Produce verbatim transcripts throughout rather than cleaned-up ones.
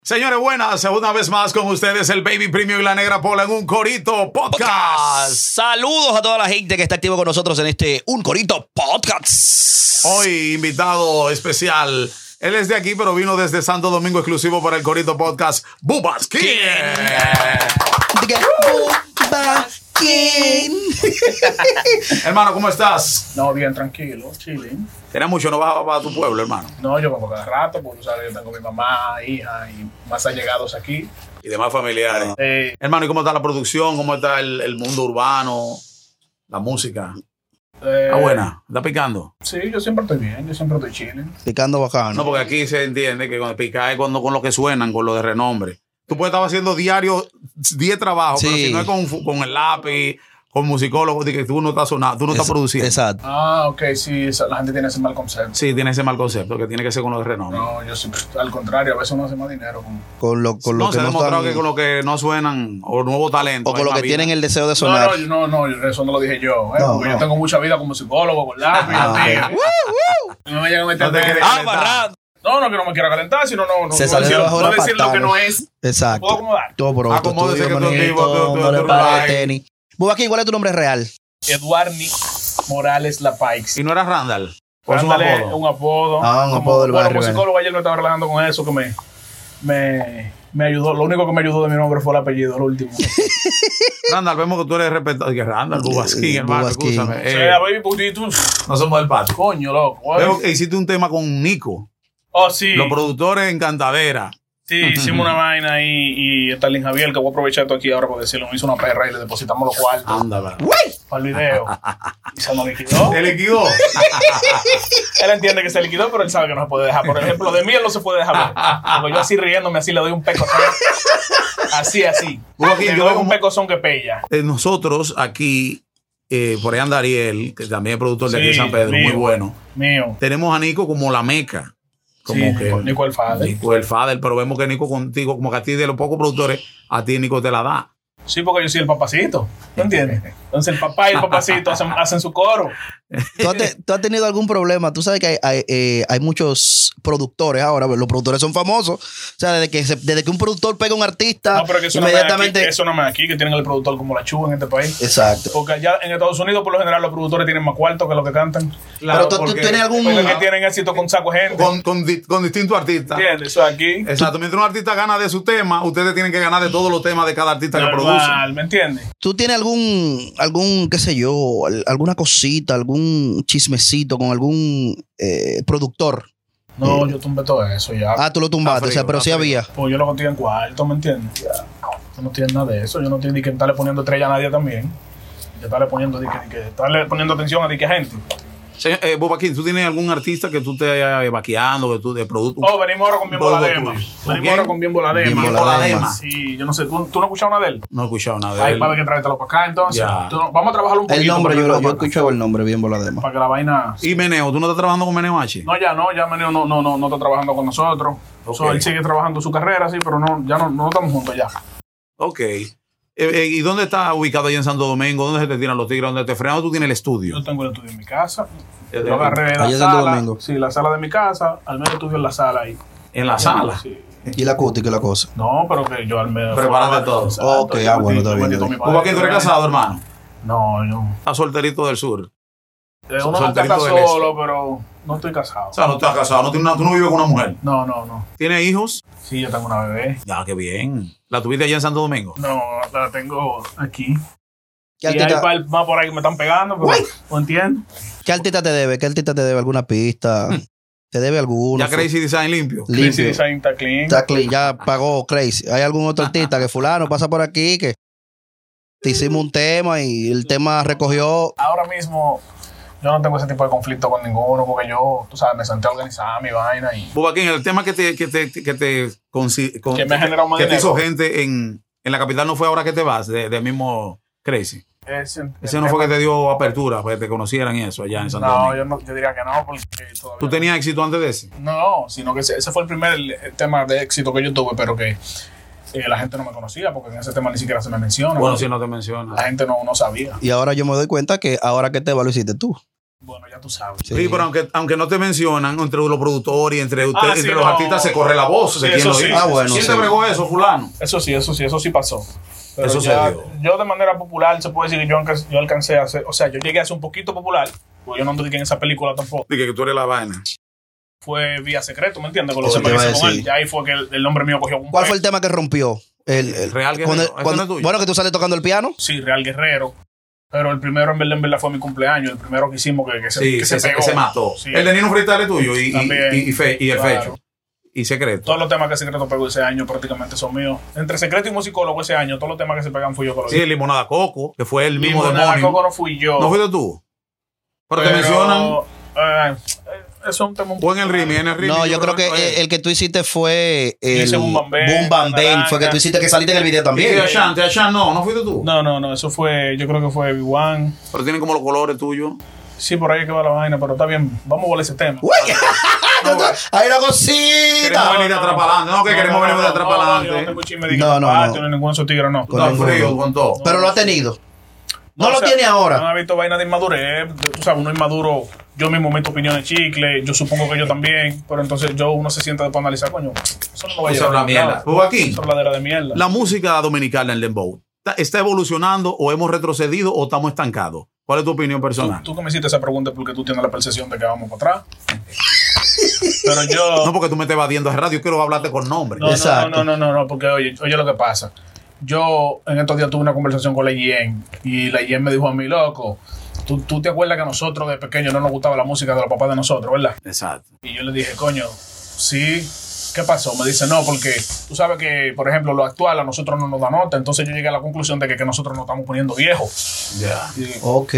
Señores, buenas, una vez más con ustedes el Baby Premium y la Negra Pola en Un Corito Podcast. Saludos a toda la gente que está activo con nosotros en este Un Corito Podcast. Hoy invitado especial. Él es de aquí, pero vino desde Santo Domingo exclusivo para el Corito Podcast. Bubas King. Bubas King. Hermano, ¿cómo estás? No, bien, tranquilo, chilling. Era mucho, no bajaba para tu pueblo, hermano. No, yo como cada rato, porque tú sabes, yo tengo mi mamá, hija y más allegados aquí. Y demás familiares. Eh, Hermano, ¿y cómo está la producción? ¿Cómo está el, el mundo urbano? La música. eh, ¿Está buena? ¿Está picando? Sí, yo siempre estoy bien, yo siempre estoy chilling. Picando bacano. No, porque aquí se entiende que cuando pica es cuando con lo que suenan, con lo de renombre. Tú puedes estar haciendo diario diez trabajos, Sí. pero si no es con, con el lápiz, con musicólogos, de que tú no estás sonando, tú no estás Es- produciendo. Exacto. Ah, ok, sí, esa- la gente tiene ese mal concepto. Sí, tiene ese mal concepto, que tiene que ser con lo de renombre. No, yo siempre, al contrario, a veces uno hace más dinero con... Con lo, con lo no, que se ha no demostrado están- que con lo que no suenan, o nuevo talento. o con hay lo más que vida. tienen el deseo de No, sonar. no, yo- no, no, eso no lo dije yo, ¿eh? No, porque no. yo tengo mucha vida como psicólogo, con lápiz, Ah, así. No me llegan a meter No te quieres de- Ah, calentar. barra. No, no, que no me quiera calentar, sino no, no, Se no salió decir, debajo de no la decir lo que patada. no es. Exacto. ¿Puedo acomodar? Todo pronto. Acomódese estudio que tú bonito, activo, tú- tú- no le tú pares like. tenis. Bubba King, ¿cuál es tu nombre real? Eduarni Morales Lapaix. Y no era Randall. Por su Ándale, apodo. un apodo. Ah, un Como- apodo del bueno, barrio, como eh. psicólogo ayer me estaba relajando con eso, que me, me, me ayudó. Lo único que me ayudó de mi nombre fue el apellido, el último. Randall, vemos que tú eres respetado. Que Randall, Bubas King, hermano, Bubas King. escúchame. O Eh, sea, baby, porque tú, no somos del patio. coño, loco. Veo que hiciste un tema con Nico. Oh, sí. Los productores Encantadera. Sí, hicimos una vaina ahí y Stalin Javier, que voy a aprovechar esto aquí ahora para decirlo, me hizo una perra y le depositamos los cuartos Anda, ¿verdad? para el video. Y se nos liquidó. ¿Te liquidó? Él entiende que se liquidó, pero él sabe que no se puede dejar. Por ejemplo, de mí él no se puede dejar ver. Porque yo así riéndome, así le doy un pecozón. Así, así. Bueno, aquí Le yo doy como- un pecozón que pella. Eh, nosotros aquí, eh, por ahí anda Ariel, que también es productor de aquí de Sí, San Pedro, mío. muy bueno. Mío. Tenemos a Nico como la meca. Como Sí, que Nico- Nico el Fader. Nico el Fader, pero vemos que Nico contigo, como que a ti de los pocos productores, a ti Nico te la da. Sí, porque yo soy el papacito. ¿Me entiendes? Entonces el papá y el papacito hacen, hacen su coro. ¿Tú has, te- tú has tenido algún problema? Tú sabes que hay, hay, eh, hay muchos productores ahora, los productores son famosos. O sea, desde que, se- desde que un productor pega a un artista, No, pero que eso no, me da inmediatamente... aquí, eso no me da aquí, que tienen el productor como la chuva en este país. Exacto. Porque allá en Estados Unidos, por lo general, los productores tienen más cuartos que los que cantan. Pero tú, tú tienes algún... Porque que tienen éxito con saco de gente. Con, con, di- con distintos artistas. ¿Entiendes? Eso aquí. Exacto. Mientras un artista gana de su tema, ustedes tienen que ganar de todos los temas de cada artista que produce. Normal, ¿me entiendes? ¿Tú tienes algún, algún, qué sé yo, al- alguna cosita, algún chismecito con algún eh, productor? No, yo tumbé todo eso ya. Ah, tú lo tumbaste, Está o sea, frío, pero está sí frío. había. Pues yo lo contigo en cuarto, ¿me entiendes? Ya. Yo no tiene nada de eso. Yo no tengo ni que estarle poniendo estrella a nadie también. Yo estarle poniendo, di que, di que, estarle poniendo atención a di que gente. Señor, eh, Bubba King, ¿tú tienes algún artista que tú te hayas vaqueando, que tú de producto? Oh, venimos ahora con Bien Todo Voladema. tuyo. ¿Con Venimos quién? ahora con Bien Voladema. Bien Bien Voladema. Voladema. Sí, yo no sé. ¿Tú, tú no has escuchado nada de él? No he escuchado nada de Ay, él. para que tráetelo para acá, entonces. Ya. Tú- vamos a trabajar un poquito. El nombre, para yo, que lo- yo la- he escuchado el nombre, bien voladema. Para que la vaina... ¿Y Meneo? ¿Tú no estás trabajando con Meneo H? No, ya no, ya Meneo no, no, no, no está trabajando con nosotros. Ok. So, él sigue trabajando su carrera, sí, pero no, ya no, no estamos juntos ya. Ok. Eh, eh, ¿Y dónde está ubicado allá en Santo Domingo? ¿Dónde se te tiran los tigres? ¿Dónde te frenan? ¿Dónde tú tienes el estudio? Yo tengo el estudio en mi casa. Eh, Yo agarré la Allá en Santo sala. Domingo. Sí, la sala de mi casa. Al menos estudio en la sala ahí. En la sala. Sí. Y la acústica y la cosa. No, pero que yo al menos. Prepárate todo. Exacto, Ok, yo ah, bueno, metí- está bien, metí está todo bien. mi ¿Bubba King, tú eres padre. casado, hermano? No, yo. Estás solterito del sur. Eh, Son Uno no solterito está del este. solo, pero no estoy casado. O sea, no estás casado, no tienes una- tú no vives con una mujer. No, no, no. ¿Tienes hijos? Sí, yo tengo una bebé. Ya, qué bien. ¿La tuviste allá en Santo Domingo? No, la tengo aquí. ¿Qué Y hay artista, par- más por ahí que me están pegando, pero no entiendo. ¿Qué artista te debe? ¿Qué artista te debe? ¿Alguna pista? ¿Te debe alguno? ¿Ya Crazy Design limpio? Crazy Limpio. Design está clean. Está clean, ya pagó Crazy. ¿Hay algún otro artista que fulano pasa por aquí que te hicimos un tema y el tema recogió? Ahora mismo yo no tengo ese tipo de conflicto con ninguno porque yo, tú sabes, me senté a organizar mi vaina y Bubba King, el tema que te, que te, que te, consi- con- Que me ha generado más que te hizo dinero. gente en, en la capital no fue ahora que te vas, de, de mismo Crazy. ese, Ese no fue que te dio apertura, para que te conocieran y eso allá en Santo No, Domingo. yo, no, yo diría que no, porque todavía... ¿Tú tenías éxito antes de ese? No, sino que ese, ese fue el primer eh, tema de éxito que yo tuve, pero que eh, la gente no me conocía porque en ese tema ni siquiera se me menciona. Bueno, porque si no te mencionas. la gente no, no sabía. Y ahora yo me doy cuenta que ahora que te va lo hiciste tú. Bueno, ya tú sabes. Sí, sí, pero aunque, aunque no te mencionan, entre los productores y entre ustedes, Ah, sí, entre no. los artistas se corre la voz Sí, de quién eso lo sí. dice. Ah, bueno, ¿Quién sí. te bregó eso, fulano? Eso sí, eso sí, eso sí pasó. Pero Eso se ya, dio. yo de manera popular se puede decir que yo, alcancé- yo alcancé a hacer, o sea, yo llegué a ser un poquito popular, porque yo no ando en esa película tampoco. Dije que tú eres la vaina. Fue vía secreto, ¿me entiendes? Con lo Eso que te me iba a hice con decir. él. Ya ahí fue que el, el nombre mío cogió un ¿Cuál peso. fue el tema que rompió? El, el Real Guerrero. cuando- ¿Ese cuando- no es tuyo? bueno, que tú sales tocando el piano. Sí, Real Guerrero. Pero el primero en verdad, en verdad fue mi cumpleaños, el primero que hicimos que, que se, Sí, que se, se se, pegó. se mató. Sí. El de Nino Freestyle es tuyo y, y, También. y, y, fe- y el Claro. fecho. Y secreto. Todos los temas que Secreto pegó ese año prácticamente son míos. Entre Secreto y Musicólogo ese año, todos los temas que se pegan fui yo que lo Sí, el Limonada Coco, que fue el mismo Limonada demonio. Coco no fui yo. ¿No fuiste tú? Pero, te mencionan. eh, eso es un tema un O en el Rimi, en el Rimi. No, yo creo que oye, el, el que tú hiciste fue el hice Boom Bam Bam, Boom Bam Bam, Naranja. fue que tú hiciste que saliste en el video Y también. de Ashan, de Ashan no, no fuiste tú. No, no, no, eso fue, yo creo que fue B uno. Pero tienen como los colores tuyos. Sí, por ahí es que va la vaina, pero está bien, vamos a volver ese tema. Uy, hay una Queremos cosita. venir de atrás para adelante. No, que queremos venir de atrás para No, yo no adelante. tengo chisme de que No, no, patio, no. ni ninguno de esos tigres, no. Con Con ninguno. frío, con todo. Pero lo ha tenido. No, o lo sea, tiene No ahora. ha visto vaina de inmadurez. Tú sabes, uno inmaduro, yo mismo meto opiniones chicle, yo supongo que yo también, pero entonces yo uno se sienta después a analizar, coño, eso no me va a Eso llevar habla a ningún mierda. lado. Pues aquí, Eso es habladera de mierda. la música dominicana, el dembow, ¿está- ¿está evolucionando o hemos retrocedido o estamos estancados? ¿Cuál es tu opinión Tú, personal? tú que me hiciste esa pregunta es porque tú tienes la percepción de que vamos para atrás. Pero yo... No, porque tú me estás evadiendo a radio. Yo quiero hablarte con nombre. No, no, Exacto. no, no, no, no, porque oye, oye lo que pasa. Yo en estos días tuve una conversación con la I E N y la I E N me dijo a mí, loco, ¿tú, tú te acuerdas que a nosotros de pequeños no nos gustaba la música de los papás de nosotros, ¿verdad? Exacto. Y yo le dije, coño, sí, ¿qué pasó? Me dice, no, porque tú sabes que, por ejemplo, lo actual a nosotros no nos da nota, entonces yo llegué a la conclusión de que, que nosotros nos estamos poniendo viejos. Ya. Y dije, Ok.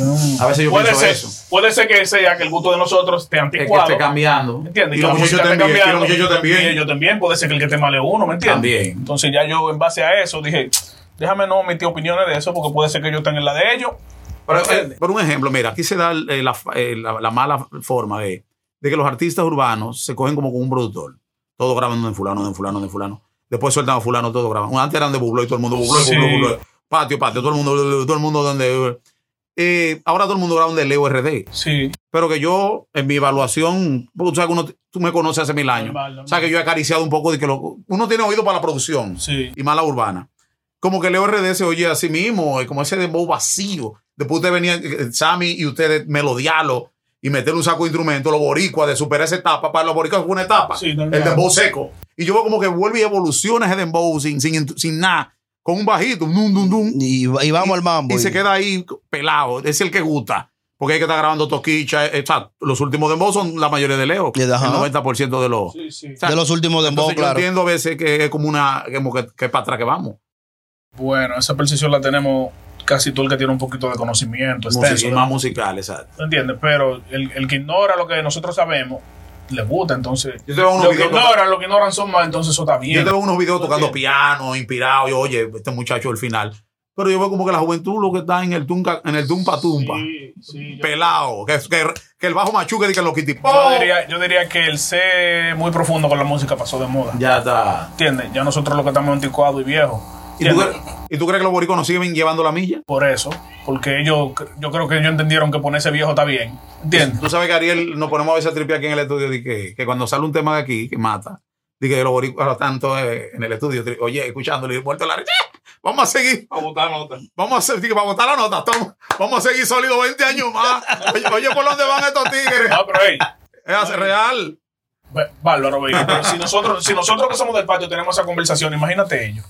A veces yo puede pienso ser, eso. puede ser que sea que el gusto de nosotros esté Es que anticuado. esté cambiando. ¿Entiendes? Y Que los la muchachos música esté también. Y los cambiando. muchachos Y también. ellos también, puede ser que el que esté mal es uno, ¿me entiendes? También. Entonces ya yo, en base a eso, dije, déjame no emitir opiniones de eso, porque puede ser que yo tenga la de ellos. Pero, eh, por un ejemplo, mira, aquí se da eh, la, eh, la- la mala forma de, de que los artistas urbanos se cogen como con un productor. Todos grabando de fulano, de fulano, de fulano. Después sueltan a fulano, todos graban. Antes eran de Bublé y todo el mundo Bublé, Sí. Bublé, Bublé. Patio, patio, todo el mundo, todo el mundo donde... Eh, ahora todo el mundo graba de Leo R D. Sí. Pero que yo, en mi evaluación, porque tú sabes que uno, tú me conoces hace mil años. Normal, normal. O sea, que yo he acariciado un poco de que lo- uno tiene oído para la producción Sí. y mala urbana. Como que Leo R D se oye a sí mismo, y como ese dembow vacío. Después usted venía, eh, Sammy, y ustedes melodiarlo y meter un saco de instrumentos, los boricuas, de superar esa etapa. Para los boricuas fue una etapa. Sí, normal. El dembow seco. Y yo veo como que vuelve y evoluciona ese dembow sin, sin, sin nada. Con un bajito, un dum, dum, dum. Y, y vamos al mambo. Y se queda ahí pelado. Es el que gusta. Porque hay que estar grabando Toquicha. eh, o sea, los últimos dembow son la mayoría de Leo. Y de- ajá. El noventa por ciento de los. Sí, sí. O sea, de los últimos de entonces yo claro. entiendo a veces que es como una. Como que, que es para atrás que vamos. Bueno, esa percepción la tenemos casi todo el que tiene un poquito de conocimiento Música, extenso. y más musical, exacto. ¿Entiendes? Pero el, el que ignora lo que nosotros sabemos, le gusta, entonces. Yo te veo unos Lo que videos. ignoran, lo que ignoran son más, entonces eso está Yo bien. te veo unos videos tocando Entiendo. piano, inspirado. Yo, oye, este muchacho al final. Pero yo veo como que la juventud lo que está en el tumpa, en el tumpa tumpa. Sí, sí, yo- Pelado. Que, que, que el bajo machuque diga lo que tipo. Yo diría, yo diría que el ser muy profundo con la música pasó de moda. Ya está. ¿Entiendes? Ya nosotros lo que estamos anticuados y viejos. ¿Y tú, ¿Entiendes? crees- ¿Y tú crees que los boricos nos siguen llevando la milla? Por eso. Porque ellos, yo creo que ellos entendieron que ponerse viejo está bien. ¿Entiendes? Tú sabes que Ariel nos ponemos a veces a tripear aquí en el estudio de que, que cuando sale un tema de aquí que mata, de que los boricos ahora tanto eh, en el estudio, tri- oye, escuchándole y vuelto a la risa. Vamos a seguir. A botar nota. Vamos a seguir, para botar la nota. Estamos- vamos a seguir sólidos veinte años más. Oye, oye, ¿por dónde van estos tigres? No, pero hey, Es real. Bé- bárbaro, baby. Pero si nosotros, si nosotros que somos del patio tenemos esa conversación, imagínate ellos.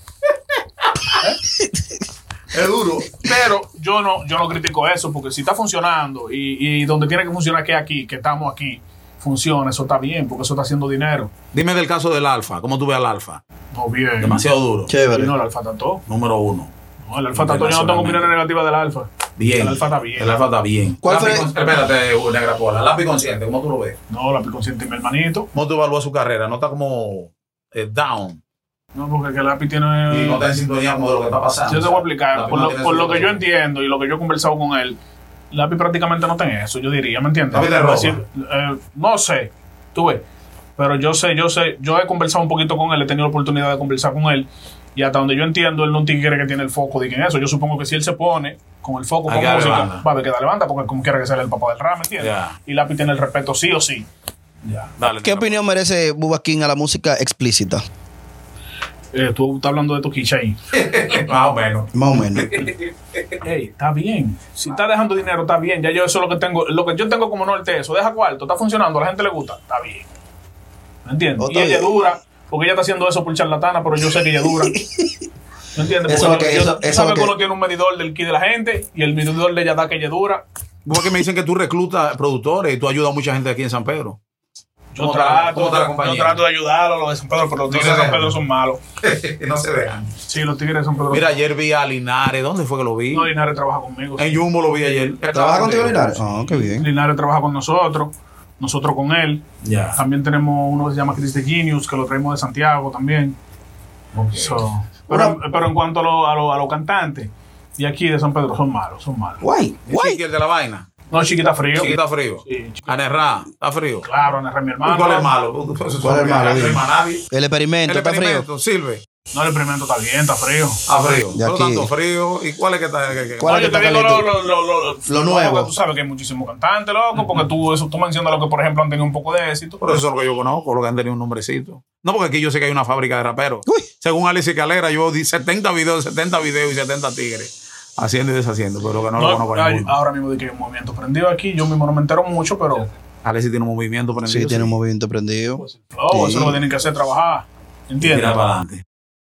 Es duro. Pero yo no, yo no critico eso, porque si está funcionando y, y donde tiene que funcionar, que es aquí, que estamos aquí, funciona, eso está bien, porque eso está haciendo dinero. Dime del caso del Alfa. ¿Cómo tú ves al Alfa? No, bien. Demasiado duro. Chévere. Y no, el alfa está todo. Número uno. No, el alfa está todo. Yo no tengo opiniones negativas del alfa. Bien. El alfa está bien. El Alfa está bien. ¿Cuál Lápiz fue? con- Espérate, Negra Pola. Lápiz consciente. ¿Cómo tú lo ves? No, la consciente mi hermanito. ¿Cómo tú evalúas su carrera? ¿No está como eh, down? No, porque que el lápiz Y tiene. no está en sintonía como de lo que está pasando. Yo te voy a explicar. Lápiz Por no lo, tiene por lo que sintonía. yo entiendo y lo que yo he conversado con él, lápiz prácticamente no tiene eso, yo diría, ¿me entiendes? Lápiz de Es ropa. decir, eh, no sé, tú ves. Pero yo sé, yo sé, yo he conversado un poquito con él, he tenido la oportunidad de conversar con él Y hasta donde yo entiendo, él no quiere que tiene el foco de que en eso. Yo supongo que si él se pone con el foco con música, va a ver que da levanta, porque como quiera que sea el papá del rap, ¿me entiendes? Yeah. Y Lápiz tiene el respeto sí o sí. Ya. Dale, ¿Qué opinión merece Bubba King a la música explícita? Eh, tú estás hablando de tu quicha ahí. Más o menos. Más o menos. Ey, está bien. Si está dejando dinero, está bien. Ya yo eso es lo que tengo. Lo que yo tengo como norte, eso. Deja cuarto, está funcionando, a la gente le gusta. Está bien. ¿Me entiendes? Oh, Y ella bien. dura, porque ella está haciendo eso por charlatana, pero yo sé que ella dura. ¿Me entiendes? Eso Porque es lo que- yo- eso- tú eso sabes es lo que que- uno tiene un medidor del ki de la gente y el medidor de ella da que ella dura. Porque me dicen que tú reclutas productores y tú ayudas a mucha gente aquí en San Pedro. Yo ¿Cómo está- trato, cómo está la yo compañía? trato de ayudarlo, los de San Pedro, pero los tigres de San Pedro son malos. No se vean. Sí, los tigres de San Pedro. Mira, ayer vi a Linares. ¿Dónde fue que lo vi? No, Linares trabaja conmigo. En Jumbo lo vi ayer. ¿Trabaja contigo, Linares? Ah, qué bien. Linares trabaja con nosotros, nosotros con él. Ya. También tenemos uno que se llama Chris the Genius, que lo traemos de Santiago también. So, pero, pero en cuanto a los a lo, a lo cantantes, y aquí de San Pedro son malos, son malos. Guay, guay. Chiqui, el de la vaina. No, Chiquita frío. Chiqui está frío. Sí, Chiqui. Anerra, está frío. Claro, Ana mi hermano. ¿Cuál es malo? ¿Cuál es malo? No hay más nadie. El experimento, El ¿está frío? experimento sirve. No, el experimento está bien, está frío. Está frío. De Por lo aquí. tanto, frío. ¿Y cuál es que está? que- que- ¿Cuál Oye, es que te está digo lo, caliente? lo, lo, lo, Lo nuevo. porque tú sabes que hay muchísimos cantantes, loco, porque tú, eso, tú mencionas lo que, por ejemplo, han tenido un poco de éxito. Por eso es lo que yo conozco, lo que han tenido un nombrecito. No, porque aquí yo sé que hay una fábrica de raperos. Uy. Según Alice Calera, yo di setenta videos, setenta videos y setenta tigres haciendo y deshaciendo, pero que no, lo No, conozco hay- ninguno. ahora mismo de que hay un movimiento prendido aquí, yo mismo no me entero mucho, pero Alice tiene un movimiento prendido. Sí, tiene un movimiento prendido. pues, el flow, eso Sí. es lo que tienen que hacer, trabajar. ¿Entiendes? Tira para adelante.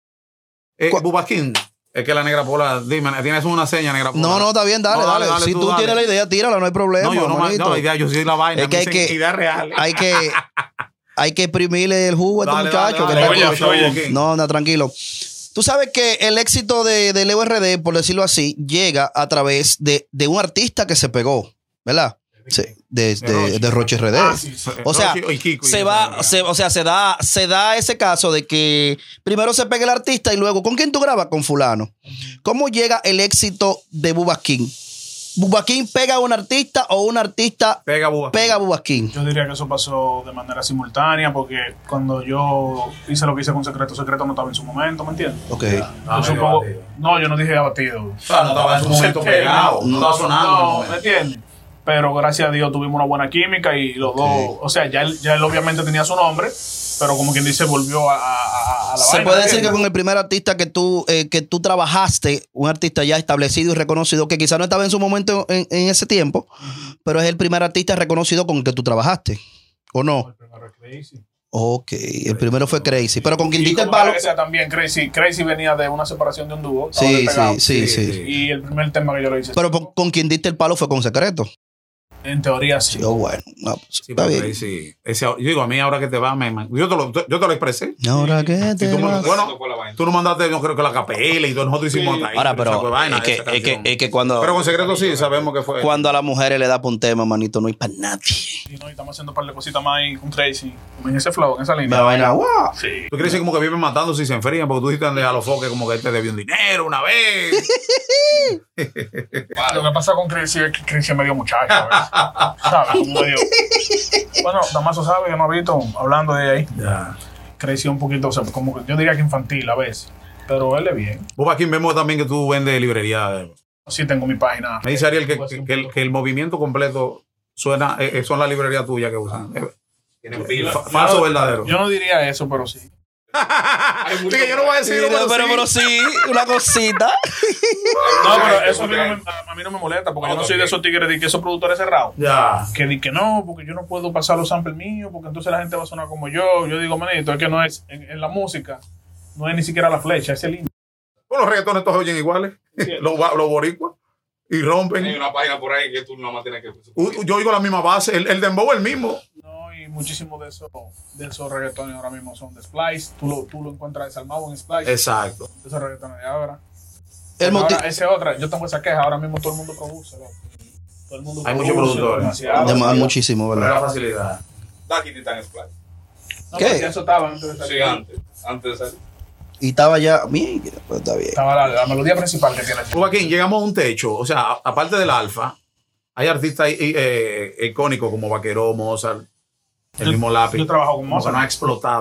Eh, ¿Cuál- Bubasquín, es que la negra pola, dime, ¿tienes una seña negra pola? No, no, está bien, dale, No, dale. Si tú dale. tienes la idea, tírala, no hay problema. No, yo no, manito. no, la idea, yo soy la vaina. Es que me hay dicen que- ideas reales. Hay que, hay que exprimirle el jugo a este Dale, muchacho. dale, que dale, está oye, con- oye, Bubasquín. No, no, tranquilo. Tú sabes que el éxito de, de Leo R D, por decirlo así, llega a través de, de un artista que se pegó, ¿verdad? Sí, de, de, de Roche R D. Ah, sí, sí. O sea, Rochi y Kiko y se esa va, negra. se- o sea, se da, se da ese caso de que primero se pega el artista y luego, ¿con quién tú grabas? Con fulano. ¿Cómo llega el éxito de Bubba King? ¿Bubba King pega a un artista o un artista Pega Bubasquín. pega a Bubba King? Yo diría que eso pasó de manera simultánea, porque cuando yo hice lo que hice con Secreto, Secreto no estaba en su momento, ¿me entiendes? Ok. Ah, Yo medio supongo- abatido. no, yo no dije abatido. O sea, no estaba en su momento pegado, no estaba sonando. en el No, momento. ¿me entiendes? Pero gracias a Dios tuvimos una buena química y los dos, o sea, ya él, ya él obviamente tenía su nombre, pero como quien dice, volvió a, a- a la Se vaina, puede ¿me decir que entiendes? con el primer artista que tú, eh, que tú trabajaste, un artista ya establecido y reconocido, que quizás no estaba en su momento en, en ese tiempo, pero es el primer artista reconocido con el que tú trabajaste, ¿o no? El primero es Crazy. Ok, el primero fue Crazy, pero con quien Y diste el como quiera palo. que sea también Crazy, Crazy venía de una separación de un dúo. estaba Sí, despegado. sí, sí, Sí, sí. sí. Y el primer tema que yo le hice, Pero con, con quien diste el palo fue con Secreto. en teoría sí. Yo, bueno, no, pues, Sí, está pero bien. ahí sí. Ese- yo digo, a mí ahora que te va, me, me- yo, te lo, yo te lo expresé. Ahora que Y te tú me- vas. bueno, tú nos mandaste, yo creo que la capela y todo, nosotros hicimos ahí, Ahora, esa pero fue vaina, es que, esa es, que, canción. es que cuando, Pero con secreto sí, sabemos que fue. cuando a las mujeres le da por un tema, manito, no hay para nadie. Y, no, y estamos haciendo un par de cositas más ahí con Crazy, como en ese flow, en esa La línea. vaina, wow. Sí. Tú crees que como que viven matando si se enfrían, porque tú dijiste a los foques como que él te debió un dinero una vez. Lo que pasa con Crazy es que Crazy es medio muchacho, a veces. ¿Sabes? Como medio... Bueno, Damaso sabe que no ha visto, hablando de ahí. Ya. Crazy un poquito, o sea, como que yo diría que infantil a veces. Pero él es bien. Vos aquí vemos también que tú vendes librería. Sí tengo mi página. Me dice Ariel que, que, que el, que el movimiento completo suena, eh, eh, son las librerías tuyas que usan. Eh, fa- falso o verdadero. Yo no diría eso, pero sí. Sí, que yo no voy a decir, Sí, pero, pero, sí. pero sí, una cosita. No, pero eso a mí no me, a, a mí no me molesta, porque yo no soy de esos tigres de que esos productores cerrados. Ya. Que di que no, porque yo no puedo pasar los samples míos, porque entonces la gente va a sonar como yo. Yo digo, manito, es que no es, en, en la música, no es ni siquiera la flecha, es el línea. Pues los reggaetones todos oyen iguales. los, ba- los boricuas. Y rompen. Hay una página por ahí que tú nada más tienes que... U- Yo oigo la misma base. El, el dembow es el mismo. No, y muchísimos de esos, de esos reggaetones ahora mismo son de Splice. Tú lo, tú lo encuentras desarmado en Splice. Exacto. Esos reggaetones de ahora. El Ahora, motivo. esa otra, yo tengo esa queja, ahora mismo todo el mundo produce, loco. Todo el mundo Hay produce, muchos productores. demasiado. Demás, muchísimo, Pero ¿verdad? la facilidad. Daki Titan Splash. No, ¿Qué? porque eso estaba antes de salir. Sí, antes. Antes de salir. Y estaba ya. Bien, pues está bien. Estaba la, la melodía principal que tiene el Joaquín, llegamos a un techo. O sea, a- aparte del alfa, hay artistas eh, eh, icónicos como Vaqueró, Mozart, el Yo- mismo Lápiz. yo trabajo con como que Mozart. no ha explotado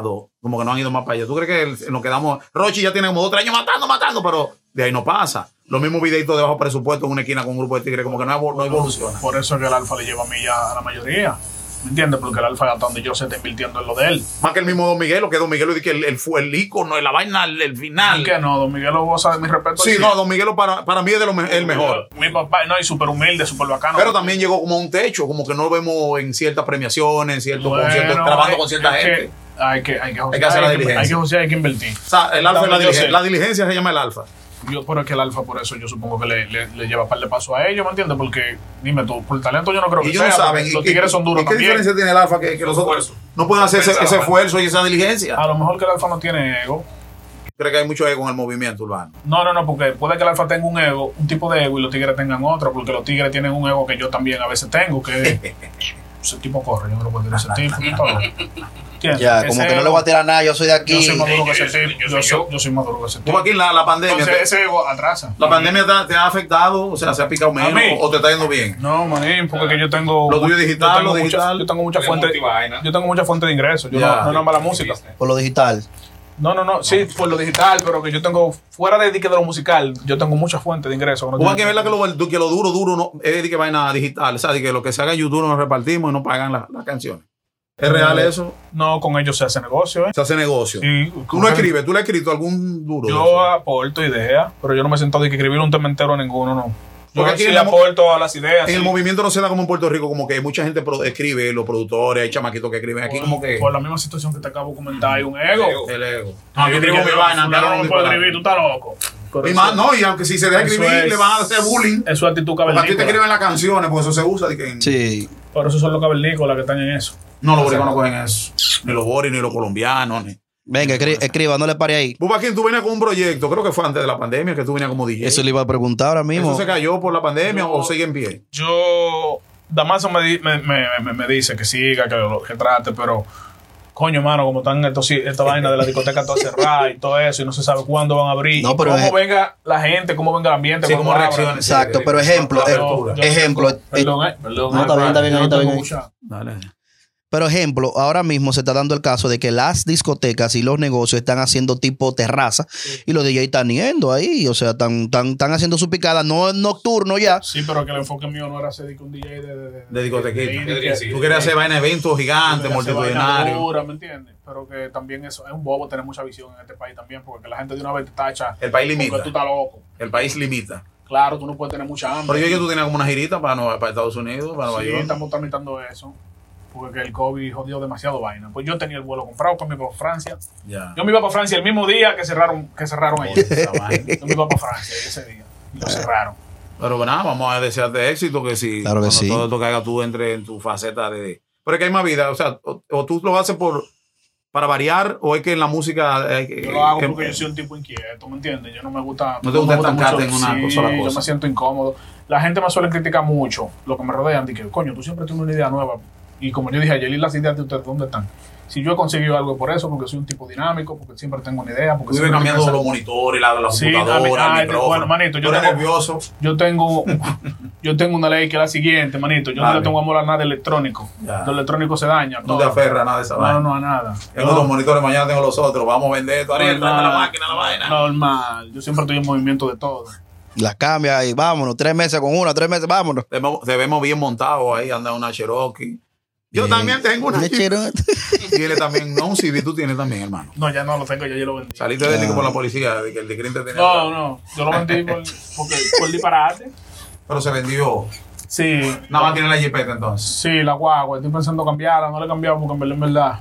Como que no han ido más para allá. ¿Tú crees que el- nos quedamos? Rochi ya tiene como dos, tres años matando, matando, pero de ahí no pasa. Los mismos videitos de bajo presupuesto en una esquina con un grupo de tigres, como que no, evol- no evoluciona. Por eso es que el alfa le lleva a mí ya a la mayoría. ¿Me entiendes? Porque el alfa, hasta donde yo se está invirtiendo en lo de él. Más que el mismo Don Miguel, lo que Don Miguel que el, el, fue el ícono, la vaina, el, el final. ¿Y que no? Don Miguel lo goza de mi respeto. Sí, no, Don Miguel para, para mí es de lo me- el mejor. Mi papá, no, y súper humilde, súper bacano. Pero también llegó como a un techo, como que no lo vemos en ciertas premiaciones, en ciertos Bueno, conciertos, trabajando hay- con cierta es gente. que Hay que, hay que Hay que hacer la hay diligencia. Hay que josear, hay que invertir. O sea, el alfa es la Yo diligencia. sé. La diligencia se llama el alfa. Yo, pero es que el alfa, por eso yo supongo que le, le, le lleva un par de pasos a ellos, ¿me entiendes? Porque, dime tú, por talento yo no creo que Y ellos sea. no saben. porque ¿Y Los qué- tigres son duros ¿y qué también. diferencia tiene el alfa que, que los otros no pueden hacer ese, ese esfuerzo y esa diligencia? A lo mejor que el alfa no tiene ego. Creo que hay mucho ego en el movimiento urbano. No, no, no, porque puede que el alfa tenga un ego, un tipo de ego, y los tigres tengan otro, porque los tigres tienen un ego que yo también a veces tengo, que ese tipo corre, yo no lo puedo decir ese tipo. y todo. ¿Entiendes? Ya, Ese como que no ego, le voy a tirar nada, yo soy de aquí. Yo soy más duro que Yo ese soy- tipo. yo Yo soy soy, yo. yo soy más duro que ese tipo. Como aquí la, la pandemia. Entonces, te- ese ego atrasa. la pandemia te, te ha afectado, o sea, se ha picado menos mí? o te está yendo bien. No, manín, porque que yo tengo. Lo tuyo digital, yo tengo lo mucha- digital. Yo tengo mucha Tenemos fuente. multivaina. Yo tengo mucha fuente de ingresos. Yo Ya. no, no nada más la música. Por lo digital. No, no, no. Sí, por lo digital, pero que yo tengo. Fuera de, de lo musical, yo tengo mucha fuente de ingresos. O hay que ver que lo, que lo duro, duro no, es de que vaina digital. O sea, de que lo que se haga en YouTube nos repartimos y no pagan las, las canciones. ¿Es real eso? No, con ellos se hace negocio, ¿eh? Se hace negocio. Sí, Tú no escribes, tú le has escrito algún duro. de Yo eso? aporto ideas, pero yo no me siento de que escribir un tema entero a ninguno, no. Yo Porque aquí sí en la- aporto a las ideas. En el sí. movimiento no se da como en Puerto Rico, como que mucha gente pro- escribe, los productores, hay chamaquitos que escriben aquí, como que Por la misma situación que te acabo de comentar, hay un ego. el ego. Ah, No, yo escribo mi vaina, fulano pero no puede escribir, tú estás loco. Pero Y eso- más, no, y aunque si se deja eso escribir, es- le van a hacer bullying. Eso es actitud Porque a ti te cavernícola. escriben las canciones, porque eso se usa. De que en- Sí. Por eso son los cavernícolas que están en eso. No, los boricuanos no cogen eso. Ni los boris, ni los colombianos, ni. Venga, escri- escriba, no le pare ahí. Bubaquín, tú venías con un proyecto, creo que fue antes de la pandemia, que tú venías como D J. Eso le iba a preguntar ahora mismo. ¿Eso se cayó por la pandemia Yo- o sigue en pie? Yo, Damaso me, di- me, me, me, me dice que siga, que lo que trate, pero coño, mano, como están estos, esta vaina de la discoteca toda cerrada y todo eso, y no se sabe cuándo van a abrir. No, pero cómo es- venga la gente, cómo venga el ambiente, Sí, cómo cómo abran. reacciones. Exacto, pero ejemplo, La eh, apertura. Yo- ejemplo, yo- Perdón, eh, perdón. No, eh, está bien, está bien, yo no está tengo bien. mucha- Dale. Pero ejemplo, ahora mismo se está dando el caso de que las discotecas y los negocios están haciendo tipo terraza y los D J están yendo ahí, o sea, están, están, están haciendo su picada, no es nocturno ya. Sí, pero que el enfoque mío no era ser de que un D J de, de, de, De discotequita. de- De- de- de- Tú querías hacer vaina, eventos gigantes, de- de hacer vaina multitudinarios. dura, ¿me entiendes? Pero que también eso es un bobo tener mucha visión en este país también, porque que la gente de una vez te tacha. El país Porque limita. tú estás loco. El país limita. Claro, tú no puedes tener mucha hambre. Pero yo que tú tenías como una girita para, Nueva- para Estados Unidos, para Nueva Sí, York. estamos tramitando eso. Porque el COVID jodió demasiado vaina. Pues yo tenía el vuelo comprado para mi para Francia. Ya. Yo me iba para Francia el mismo día que cerraron, que cerraron allá. Esa vaina. Yo me iba para Francia ese día. Y lo cerraron. Pero bueno, nada, vamos a desearte éxito, que si Claro que cuando sí. todo esto que haga tú entre en tu faceta de... Pero es que hay más vida, o sea, o, o tú lo haces por para variar, o es que en la música... hay que- Yo lo hago que- porque yo soy un tipo inquieto, ¿me entiendes? Yo no me gusta... No te gusta me estancarte en una sí, sola yo cosa. me siento incómodo. La gente me suele criticar mucho, lo que me rodean, de que, coño, tú siempre tienes una idea nueva. Y como yo dije ayer, ¿y las ideas de ustedes dónde están? Si yo he conseguido algo por eso, porque soy un tipo dinámico, porque siempre tengo una idea, porque Tú vives siempre cambiando estoy los monitores, la, la Sí, computadora, a mí- el ay, micrófono. bueno, manito, yo Tú eres tengo- nervioso. Yo tengo, yo tengo una ley que es la siguiente, manito. Yo no Dale. le tengo amor a nada de electrónico. Ya. Lo electrónico se daña. No todo. te aferras a nada de esa No, vaina. no, a nada. Tengo Yo- los monitores, mañana tengo los otros. Vamos a vender esto. Ariel, tráeme la normal, máquina, la vaina. Normal. Yo siempre estoy en movimiento de todo. Las cambia y vámonos, tres meses con una, tres meses, vámonos. Te vemos, te vemos bien montado ahí, anda una Cherokee. Yo Bien. también tengo una. Una Cherokee. Tiene también, no, un C V tú tienes también, hermano. No, ya no lo tengo, ya yo lo vendí. Saliste de Ya. él por la policía, de que el de Green te tenía. No, no. Yo lo vendí por, porque, por disparate. Pero se vendió. Sí. Nada más tiene la jipeta entonces. Sí, la guagua. Estoy pensando cambiarla. No la he cambiado porque en verdad, en verdad.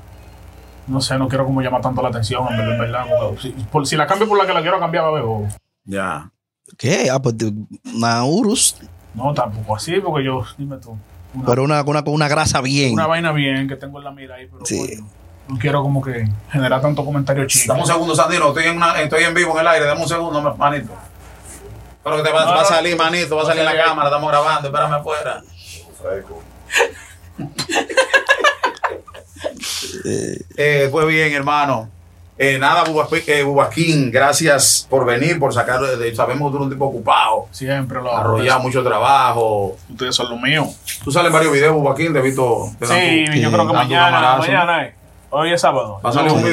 No sé, no quiero como llamar tanto la atención, en verdad, en verdad. porque si, por- si la cambio por la que la quiero cambiar, va a ver bobo. Ya. ¿Qué? Ah, pues una Urus, No, tampoco así, porque yo, dime tú. Una, pero una, una, con una grasa bien. una vaina bien que tengo en la mira ahí, pero Sí. coño, no quiero como que generar tanto comentario chico. Dame un segundo, Sandino. Estoy en, una, estoy en vivo en el aire. Dame un segundo, manito. Pero que te va, No, va a no. salir, manito. Va a salir en la Sí. cámara. Estamos grabando. Espérame afuera. Eh, pues bien, hermano. Eh, nada, Bubasquín, eh, Bubasquín, gracias por venir, por sacar. de- sabemos que tú eres un tipo ocupado. Siempre lo hago. Arrollado, mucho trabajo. Ustedes son lo mío. Tú sales en varios videos, Bubasquín. Te he visto. Te dan Sí, tu- yo creo que dan tu mañana, camarazo. mañana es. Hoy es sábado. ¿Va a salir un Sí. video?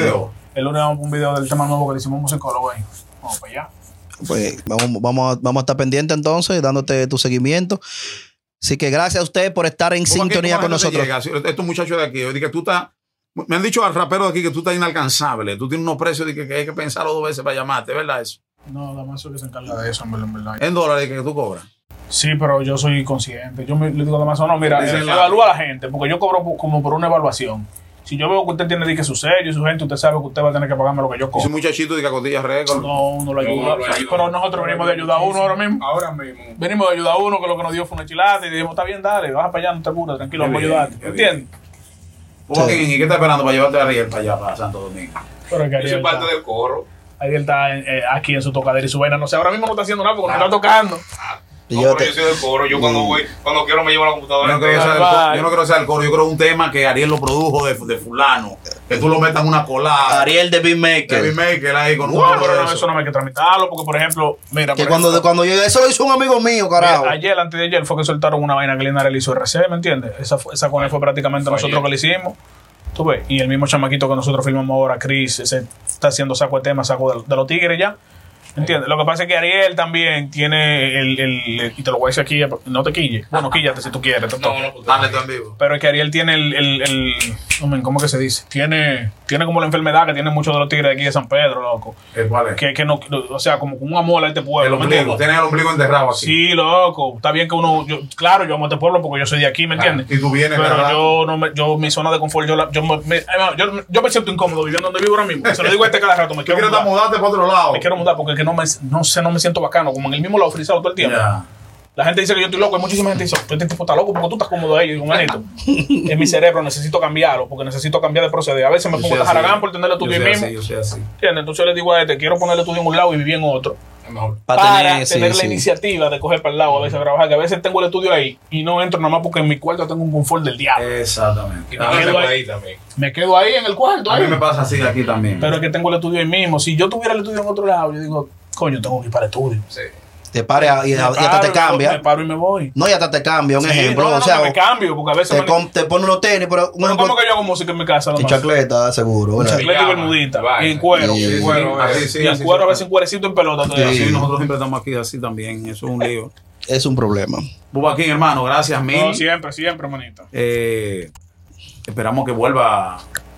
El lunes vamos a un video del tema nuevo que le hicimos a un musicólogo ahí. Vamos para allá. Pues vamos, vamos, a, vamos a estar pendientes entonces, dándote tu seguimiento. Así que gracias a usted por estar en sintonía con nosotros. Llega? Estos muchachos de aquí, yo dije que tú estás, me han dicho al rapero de aquí que tú estás inalcanzable. Tú tienes unos precios de que, que hay que pensarlo dos veces para llamarte, ¿verdad eso? No, además eso que se encarga de eso, en verdad, en verdad. En dólares que tú cobras. Sí, pero yo soy consciente. Yo me, le digo a Damaso, no, mira, Dicen eh, la- evalúa a la gente, porque yo cobro po- como por una evaluación. Si yo veo que usted tiene que su sello y su gente, usted sabe que usted va a tener que pagarme lo que yo Y ese cobro. muchachito de Cacotilla Record. No, uno lo ayuda. Uno lo ayuda. Pero nosotros venimos de ayudar a uno ahora mismo. Ahora mismo. Venimos de ayudar a uno que lo que nos dio fue una chilata y dijimos, está bien, dale, baja para allá, no te apures, tranquilo, Qué vamos a bien, ayudarte. qué ¿Entiendes? Joaquín, ¿y qué estás esperando para llevarte a Ariel para allá, para Santo Domingo? Pero que Yo soy Ariel parte está, del coro. Ariel está eh, aquí en su tocadera y su vaina. No sé, ahora mismo no está haciendo nada porque no está tocando. Y No, yo pero te- yo soy del coro. Yo cuando voy, cuando quiero me llevo la Yo computadora no, creo que sea entera. del Bye. coro, yo no creo que sea el coro, yo creo que es un tema que Ariel lo produjo de, de fulano, que tú lo metas en una colada. Ariel de David Beatmaker. Maker ahí con un No, pero no, eso. eso no me hay que tramitarlo porque, por ejemplo, mira, Que por cuando, ejemplo, cuando yo, eso lo hizo un amigo mío, carajo. ayer, antes de ayer, fue que soltaron una vaina que Lina le hizo R C, ¿me entiendes? Esa, fue- esa con él fue prácticamente Fue nosotros ayer. que le hicimos. Tú ves, y el mismo chamaquito que nosotros filmamos ahora, Chris, ese está haciendo saco de temas, saco de, de los tigres ya. ¿Entiendes? Lo que pasa es que Ariel también tiene el, el, y te lo voy a decir aquí, no te quille. Bueno, quíllate si tú quieres. te toca. No, no, pues, Dale tú en vivo. Pero es que Ariel tiene el, el, el hombre, ¿cómo que se dice? Tiene, tiene como la enfermedad que tienen muchos de los tigres de aquí de San Pedro, loco. ¿El cuál es? Que, que no, o sea, como un amor a este pueblo. El ¿me ombligo. entiendes? Tienes el ombligo enterrado aquí. Sí, loco. Está bien que uno, yo, claro, yo amo este pueblo porque yo soy de aquí, ¿me entiendes? Y tú vienes, Pero ¿verdad? yo no me, yo mi zona de confort, yo, la, yo, me, me- yo, yo me siento incómodo viviendo donde vivo ahora mismo. Se lo digo a este cada rato, me Tú quiero quieres mudar. mudarte para otro lado. Me quiero mudar porque es que no me, no sé, no me siento bacano, como en el mismo lado frisado todo el tiempo. Ya. La gente dice que yo estoy loco, hay muchísima gente que dice, este tipo está loco porque tú estás cómodo ahí. Y digo, manito, en mi cerebro necesito cambiarlo porque necesito cambiar de proceder. A veces me Yo pongo soy tajaragán así. por tener el estudio Yo ahí soy mismo. así, yo soy así. ¿Entiendes? Entonces le digo a este, quiero poner el estudio en un lado y vivir en otro. es mejor. Para Para tener, tener sí, la sí. iniciativa de coger para el lado a veces a trabajar, que a veces tengo el estudio ahí y no entro nada más porque en mi cuarto tengo un confort del diablo. Exactamente. Y Ah, también quedo por ahí. ahí también. Me quedo ahí en el cuarto. A ahí. mí me pasa así aquí también. Pero es que tengo el estudio ahí mismo. Si yo tuviera el estudio en otro lado, yo digo, coño, tengo que ir para el estudio. Sí. Te pares y, y Me hasta paro te y me- cambia. Me paro y me voy. No, y hasta te cambia, un Sí, ejemplo. no, no, o sea, que me cambio, porque a veces te, me- com- te ponen unos tenis, pero un Pero ejemplo, ¿cómo que yo hago música en mi casa? en nomás? chancleta, seguro. ¿verdad? Chancleta y Pijama, bermudita. vaina. Y en cuero. Sí, y en sí, cuero. así, sí, y en así cuero, a se veces en cuerecito en pelota. todavía. Sí, Sí. nosotros siempre estamos aquí así también. Eso es un lío. Es un problema. Bubaquín, hermano, gracias mil. No, siempre, siempre, manito. Eh, esperamos que vuelva.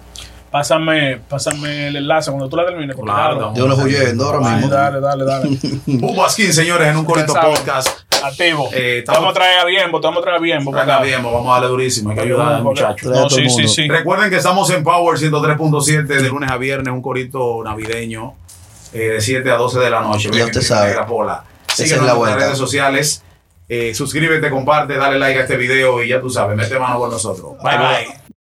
Pásame, pásame el enlace cuando tú la termines. porque Claro, claro. Yo lo huyendo ahora Ay, mismo. dale, dale, dale. Bubaquín, señores, en un corito Ustedes saben. podcast. Activo. Eh, te estamos- vamos a traer a Bienbo, te vamos a traer a Bienbo. para Venga acá. bien, vamos a darle durísimo. Hay que ayudar al muchacho. Trae a No, todo el sí, sí, mundo. sí. Recuerden que estamos en Power ciento tres punto siete de lunes a viernes, un corito navideño eh, de siete a doce de la noche. Ya usted sabe. Negra Pola. Esa Síguenos es la en nuestras vuelta. redes sociales. Eh, suscríbete, comparte, dale like a este video y ya tú sabes, mete mano con nosotros. Bye bye.